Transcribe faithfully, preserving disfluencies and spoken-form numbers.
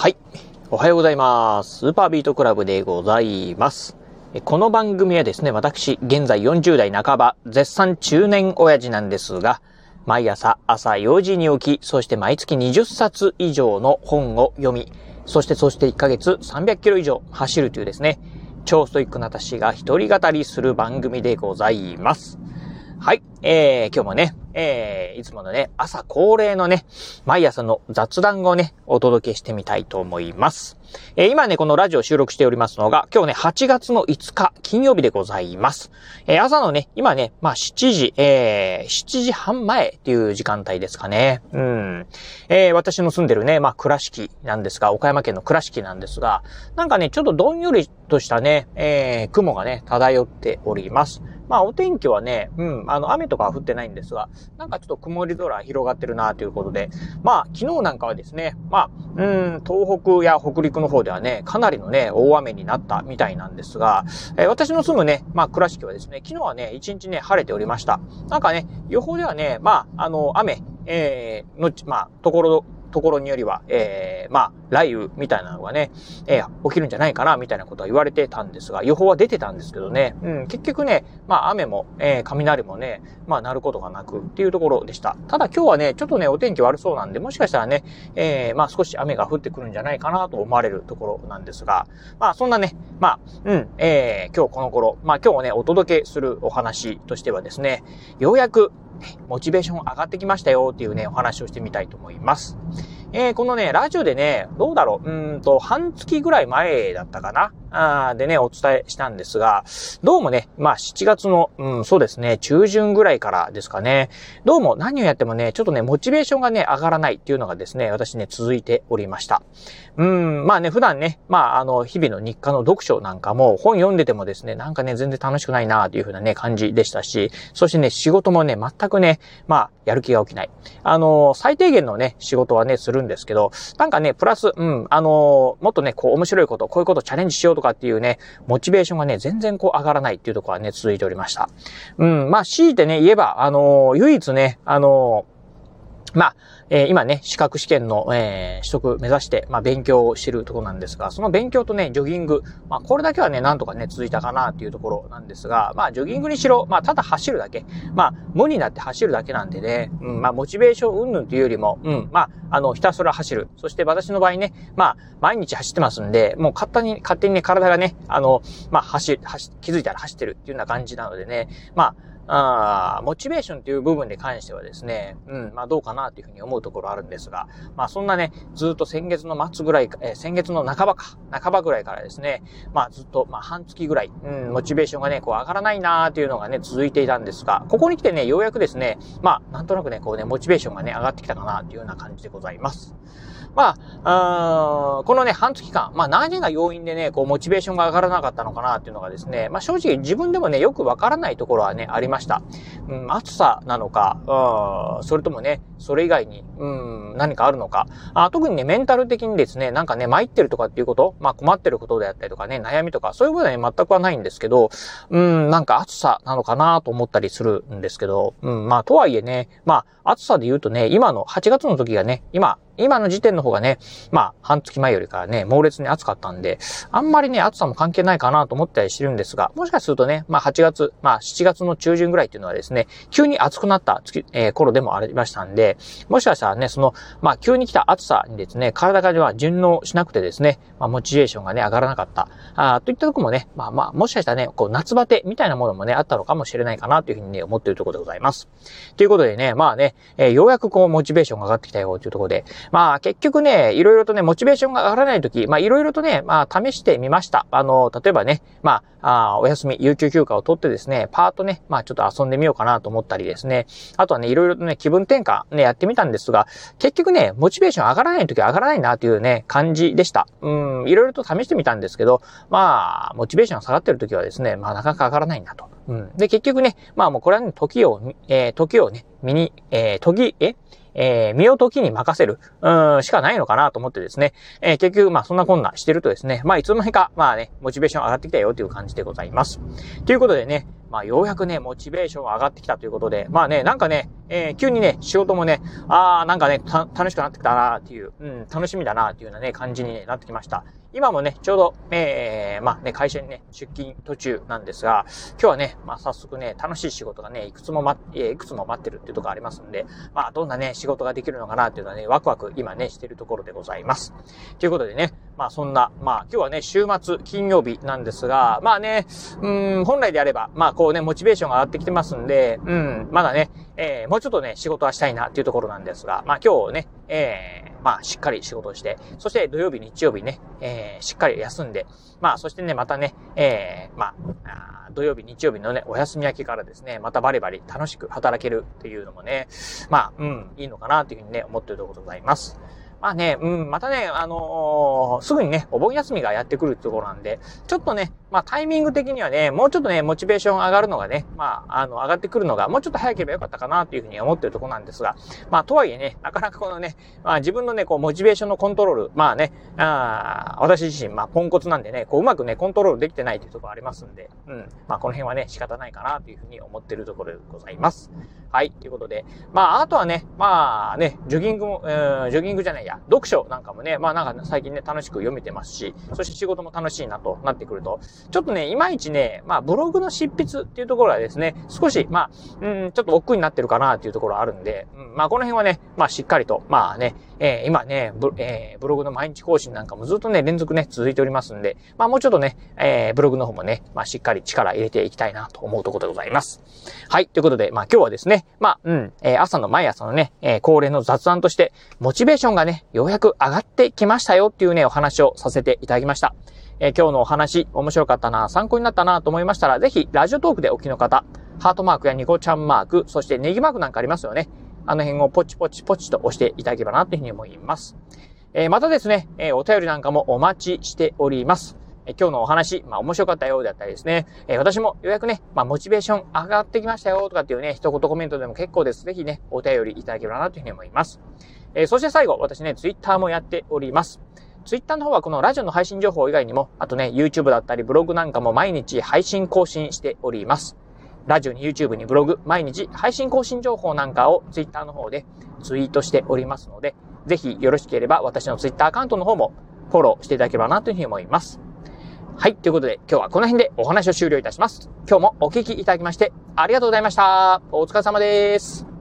はい。おはようございます。スーパービートクラブでございます。この番組はですね、私、現在よんじゅう代半ば、絶賛中年親父なんですが、毎朝朝よじに起き、そして毎月にじゅっさつ以上の本を読み、そしてそしていっかげつさんびゃっキロ以上走るというですね、超ストイックな私が一人語りする番組でございます。はい。えー、今日もね、えー、いつものね、朝恒例のね、毎朝の雑談をね、お届けしてみたいと思います。えー、今ね、このラジオを収録しておりますのが、今日ね、はちがつのいつか、金曜日でございます。えー、朝のね、今ね、まあ、しちじ、えー、しちじはん前っていう時間帯ですかね。うん。えー、私の住んでるね、まあ、倉敷なんですが、岡山県の倉敷なんですが、なんかね、ちょっとどんよりとしたね、えー、雲がね、漂っております。まあお天気はね、うん、あの雨とかは降ってないんですが、なんかちょっと曇り空広がってるなということで、まあ昨日なんかはですね、まあ、うん、東北や北陸の方ではね、かなりのね、大雨になったみたいなんですが、えー、私の住むね、まあ倉敷はですね、昨日はね、一日ね、晴れておりました。なんかね、予報ではね、まあ、あの、雨、えー、の、まあ、ところ、ところによりは、えー、まあ、雷雨みたいなのがね、えー、起きるんじゃないかな、みたいなことは言われてたんですが、予報は出てたんですけどね、うん、結局ね、まあ、雨も、えー、雷もね、まあ、なることがなくっていうところでした。ただ今日はね、ちょっとね、お天気悪そうなんで、もしかしたらね、えー、まあ、少し雨が降ってくるんじゃないかなと思われるところなんですが、まあ、そんなね、まあ、うん、えー、今日この頃、まあ、今日ね、お届けするお話としてはですね、ようやく、モチベーション上がってきましたよっていうね、お話をしてみたいと思います。えー、このね、ラジオでね、どうだろう、うーんと、半月ぐらい前だったかなあでね、お伝えしたんですが、どうもね、まあしちがつの、うん、そうですね、中旬ぐらいからですかね、どうも何をやってもね、ちょっとね、モチベーションがね、上がらないっていうのがですね、私ね、続いておりました。うん、まあね、普段ね、まああの、日々の日課の読書なんかも、本読んでてもですね、なんかね、全然楽しくないなというふうなね、感じでしたし、そしてね、仕事もね、全くね、まあ、やる気が起きない。あの、最低限のね、仕事はね、するんですけど、なんかね、プラス、うん、あの、もっとね、こう、面白いこと、こういうことチャレンジしようとかっていうね、モチベーションがね、全然こう、上がらないっていうところはね、続いておりました。うん、まあ、強いてね、言えば、あの、唯一ね、あの、まあ、えー、今ね、資格試験の、えー、取得目指して、まあ、勉強をしているところなんですが、その勉強とね、ジョギング、まあ、これだけはね、なんとかね、続いたかなっていうところなんですが、まあ、ジョギングにしろ、まあ、ただ走るだけ、まあ、無になって走るだけなんでね、うん、まあ、モチベーション云々というよりも、うん、まあ、あの、ひたすら走る。そして私の場合ね、まあ、毎日走ってますんで、もう勝手に、勝手にね、体がね、あの、まあ、走、走、気づいたら走ってるっていうような感じなのでね、まあ、あモチベーションという部分に関してはですね、うん、まあどうかなというふうに思うところあるんですが、まあそんなね、ずっと先月の末ぐらい、えー、先月の半ばか、半ばぐらいからですね、まあずっと、まあ半月ぐらい、うん、モチベーションがね、こう上がらないなーというのがね、続いていたんですが、ここに来てね、ようやくですね、まあなんとなくね、こうね、モチベーションがね、上がってきたかなというような感じでございます。まあ、あこのね、半月間、まあ何が要因でね、こう、モチベーションが上がらなかったのかなっていうのがですね、まあ正直自分でもね、よくわからないところはね、ありました。うん、暑さなのか、それともね、それ以外に、うん、何かあるのか。あ特にね、メンタル的にですね、なんかね、参ってるとかっていうこと、まあ困ってることであったりとかね、悩みとか、そういうことはね、全くはないんですけど、うん、なんか暑さなのかなと思ったりするんですけど、うん、まあとはいえね、まあ暑さで言うとね、今のはちがつの時がね、今、今の時点の方がね、まあ、半月前よりからね、猛烈に暑かったんで、あんまりね、暑さも関係ないかなと思ったりしてるんですが、もしかするとね、まあはちがつ、まあしちがつの中旬ぐらいっていうのはですね、急に暑くなった月、えー、頃でもありましたんで、もしかしたらね、その、まあ急に来た暑さにですね、体がでは順応しなくてですね、まあモチベーションがね、上がらなかった、あといったところもね、まあまあ、もしかしたらね、こう夏バテみたいなものもね、あったのかもしれないかなというふうにね、思っているところでございます。ということでね、まあね、えー、ようやくこう、モチベーションが上がってきたよというところで、まあ結局ね、いろいろとね、モチベーションが上がらないとき、まあいろいろとね、まあ試してみました。あの、例えばね、まあ、あお休み、有給休暇を取ってですね、パートね、まあちょっと遊んでみようかなと思ったりですね、あとはね、いろいろとね、気分転換ね、やってみたんですが、結局ね、モチベーション上がらないときは上がらないなというね、感じでした。うん、いろいろと試してみたんですけど、まあ、モチベーションが下がってるときはですね、まあなかなか上がらないなと。うん。で、結局ね、まあもうこれはね、時を、えー、時をね、見に、えー、時、ええー、身を時に任せる、うん、しかないのかなと思ってですね、えー、結局、まあそんなこんなしてるとですね、まあいつの間にか、まあね、モチベーション上がってきたよという感じでございます。ということでね、 まあ、ようやくね、モチベーションが上がってきたということで、まあね、なんかね、えー、急にね、仕事もね、あー、なんかね、た、楽しくなってきたなっていう、うん、楽しみだなっていうようなね、感じに、ね、なってきました。今もね、ちょうど、えー、まあね、会社にね、出勤途中なんですが、今日はね、まあ早速ね、楽しい仕事がね、いくつもま、えー、いくつも待ってるっていうところありますんで、まあどんなね、仕事ができるのかなっていうのはね、ワクワク今ね、してるところでございます。ということでね、まあそんな、まあ今日はね、週末、金曜日なんですが、まあね、うーん、本来であれば、まあこうね、モチベーションが上がってきてますんで、うん、まだね、えー、もうちょっとね、仕事はしたいなっていうところなんですが、まあ今日ね、えー、まあしっかり仕事をして、そして土曜日、日曜日ね、えー、しっかり休んで、まあそしてね、またね、えー、まあ、土曜日、日曜日のね、お休み明けからですね、またバリバリ楽しく働けるっていうのもね、まあ、うん、いいのかなというふうにね、思っているところでございます。まあね、うん、またね、あのー、すぐにね、お盆休みがやってくるってところなんで、ちょっとね、まあタイミング的にはね、もうちょっとね、モチベーション上がるのがね、まあ、あの、上がってくるのが、もうちょっと早ければよかったかなというふうに思っているところなんですが、まあ、とはいえね、なかなかこのね、まあ自分のね、こう、モチベーションのコントロール、まあね、あ私自身、まあ、ポンコツなんでね、こう、うまくね、コントロールできてないというところありますんで、うん、まあ、この辺はね、仕方ないかなというふうに思っているところでございます。はい、ということで、まあ、あとはね、まあね、ジョギングも、えー、ジョギングじゃないや、読書なんかもね、まあなんか最近ね、楽しく読めてますし、そして仕事も楽しいなとなってくると、ちょっとね、いまいちね、まあブログの執筆っていうところはですね、少し、まあ、うん、ちょっと億劫になってるかなっていうところあるんで、うん、まあこの辺はね、まあしっかりと、まあね、えー、今ねブ、えー、ブログの毎日更新なんかもずっとね、連続ね、続いておりますんで、まあもうちょっとね、えー、ブログの方もね、まあしっかり力入れていきたいなと思うところでございます。はい、ということで、まあ今日はですね、まあ、うん、えー、朝の毎朝のね、えー、恒例の雑談として、モチベーションがね、ようやく上がってきましたよっていうね、お話をさせていただきました。えー、今日のお話、面白かったな、参考になったなと思いましたら、ぜひ、ラジオトークでお聞きの方、ハートマークやニコちゃんマーク、そしてネギマークなんかありますよね。あの辺をポチポチポチと押していただければなというふうに思います。えー、またですね、えー、お便りなんかもお待ちしております。え今日のお話、まあ面白かったようであったりですね、えー、私もようやくね、まあモチベーション上がってきましたよとかっていうね、一言コメントでも結構です。ぜひね、お便りいただければなというふうに思います。えー、そして最後、私ね、ツイッターもやっております。ツイッターの方はこのラジオの配信情報以外にも、あとね、YouTube だったりブログなんかも毎日配信更新しております。ラジオに YouTube にブログ、毎日配信更新情報なんかをツイッターの方でツイートしておりますので、ぜひよろしければ私のツイッターアカウントの方もフォローしていただければなというふうに思います。はい。ということで、今日はこの辺でお話を終了いたします。今日もお聞きいただきまして、ありがとうございました。お疲れ様です。